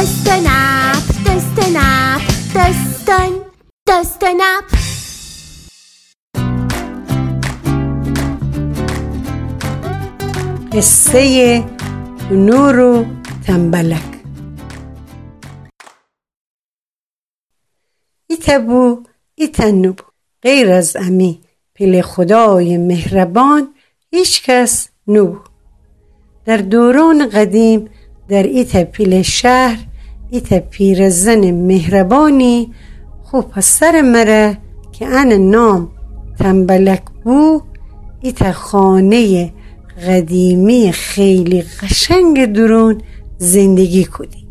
دستن اپ دستن اپ دستن اپ. قصه تنور و تنبلک. ایتا بو ایتا نبو، غیر از امی پل خدای مهربان هیچ کس نبو. در دوران قدیم در ایتا پل شهر ایتا پیرزن مهربانی خوب پسر مره که ان نام تنبلک بو. ایتا خانه قدیمی خیلی قشنگ درون زندگی کدی.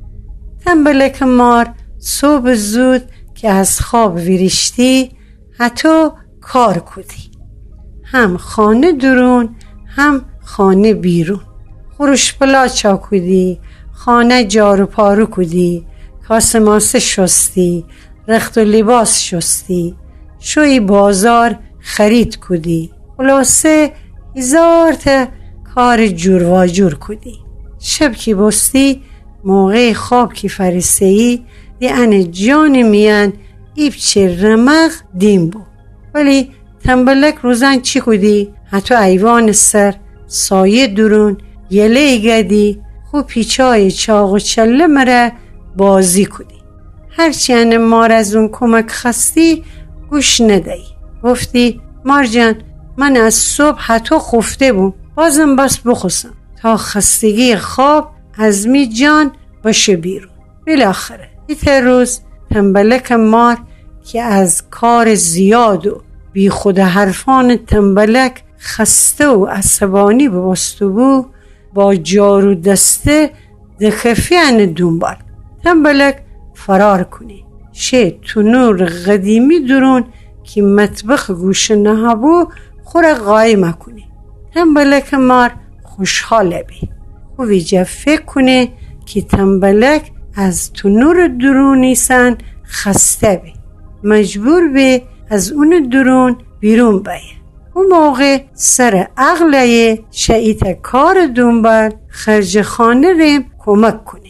تنبلک مار صبح زود که از خواب ویریشتی حتی کار کدی، هم خانه درون هم خانه بیرون. خروش پلا چا کدی، خانه جارو پارو کدی، کاسه ماسه شستی، رخت و لباس شستی، شوی بازار خرید کدی. خلاصه هزار تا کار جور و جور کدی. شب کی بستی موقع خواب کی فرسهی دی ان جان میان ایب چه رمق دیم بو. ولی تنبلک روزن چی کدی؟ حتی ایوان سر سایه درون یله گدی خوب پیچای چاق و چله مره بازی کدی. هرچی ان مار از اون کمک خستی گوش ندهی. گفتی مار جان من از صبح حتی خفته بوم، بازم بس بخوستم تا خستگی خواب از می جان باشه بیرون. بالاخره ایتا روز تنبلک مار که از کار زیاد و بی خود حرفان تنبلک خسته و عصبانی ببستو بو، با جارو دسته دخفی ان دنبال تنبلک فرار کنی. شه تنور قدیمی درون که مطبخ گوشه نهبو خور قایم کنی. تنبلک مار خوشحاله بی. خوبی فکر کنه که تنبلک از تنور درونی سن خسته بی، مجبور بی از اون درون بیرون بایه. اون موقع سر عقله شایت کار دنبال خرج خانه ریم کمک کنه.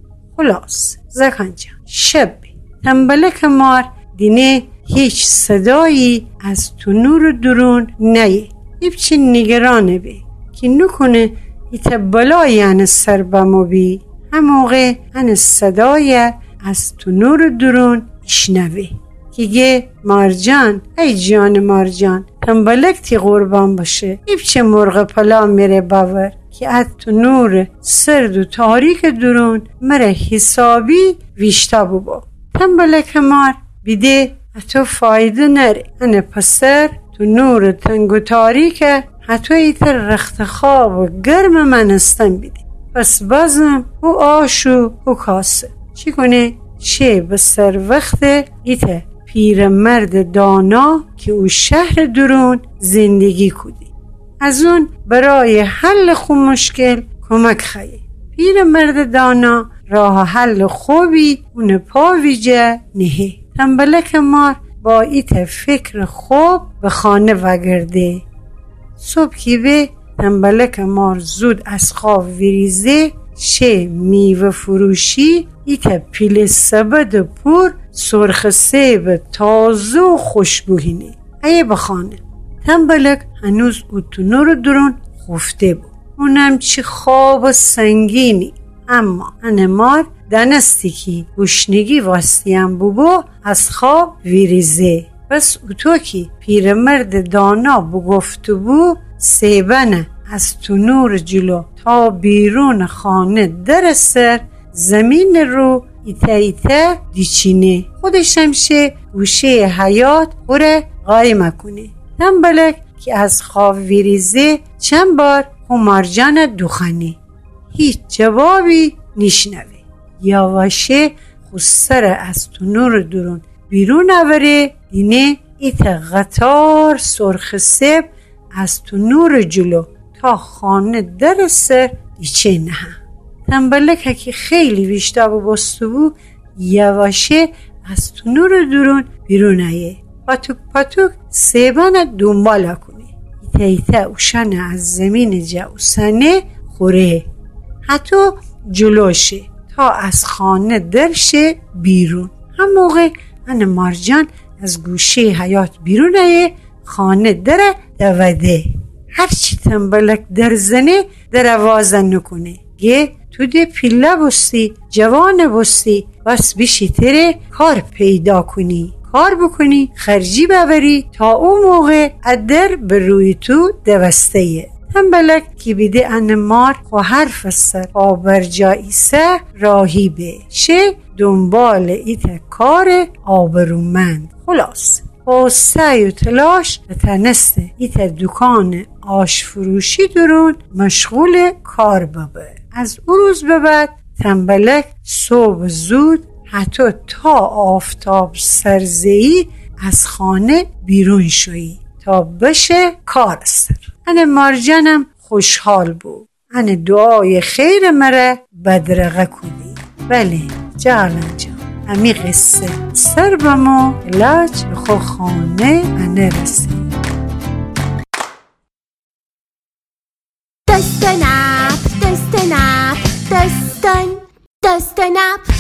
خلاص زکنجا شب بی. تنبلک مار دینه هیچ صدایی از تنور درون نیه. ایبچه نگرانه بی که نکنه ایتا بلایی ان سر بمو بی. هم موقع ان صدای از تنور درون شنوه که گه مارجان ای جان مارجان تنبلک تی قربان باشه. ایبچه مرغ پلا میره باور که از تنور سرد و تاریک درون مره حسابی ویشتا بو. تنبلک مار بیده حتی فایده نره. انه پسر تو نور تنگ و تاریکه حتی ایتر رخت خواب و گرم منستن بیده. پس بازم او آشو او کاسه چی کنه؟ چه بسر وقت ایتر پیر مرد دانا که او شهر درون زندگی کدی. از اون برای حل خوب مشکل کمک خواهی. پیر مرد دانا راه حل خوبی اون پا ویجه نهی. تنبلک مار با ایت فکر خوب به خانه وگرده. صبح کی به تنبلک مار زود از خواب ویریزه شه میوه فروشی ایت پیل سبد پور سرخ سیب تازه و خوشبوهینه ایه بخانه. تنبلک هنوز او تنور درون خفته بود. اونم چی خواب سنگینی. اما انمار دنستی که گشنگی واستیم بو از خواب ویریزه. بس او تو که پیرمرد دانا بگفتو بو سیبنه از تنور جلو تا بیرون خانه در سر زمین رو ایتا دیچینه. خودشم شه گوشه حیات خوره قایم کنه. تنبلک که از خواب ویریزه چند بار مارجان دوخنه هیچ جوابی نشنوه. یواشه خسر از تنور درون بیرون آوره دینه ایتا قطار سرخ سب از تنور جلو تا خانه در سر دیچه نه. تنبلک که خیلی ویشتا بستو بود یواشه از تنور درون بیرون آیه. پاتوک پاتوک سیبان دنبالا کنه. ایتا اوشن از زمین جاوسنه خوره حتی جلوشه تا از خانه درشه بیرون. هم موقع ان مارجان از گوشه حیات بیرونه خانه دره دوده. هرچی تنبلک در زنه در وازن نکنه. گه تو ده پیله بستی جوان بستی بس بیشی تره کار پیدا کنی، کار بکنی خرجی ببری تا اون موقع ادر به روی تو دوسته. تنبلک که بیده ان مار خو حرف سر آبرجایی سه راهی به شه دنبال ایت کار آبرومند. خلاص با سعی و تلاش تنسته ایت دکان آش فروشی درون مشغول کار ببه. از اون روز به بعد تنبلک صبح زود حتی تا آفتاب سرزهی از خانه بیرون شوی تا بشه کار سر. ان مارجانم خوشحال بود. ان دعای خیر مره بدرقه کنی. بله جالن جان امی قصه سر بمو علاج بخو خانه انه رسه. دست نپ دست نپ دستن دست نپ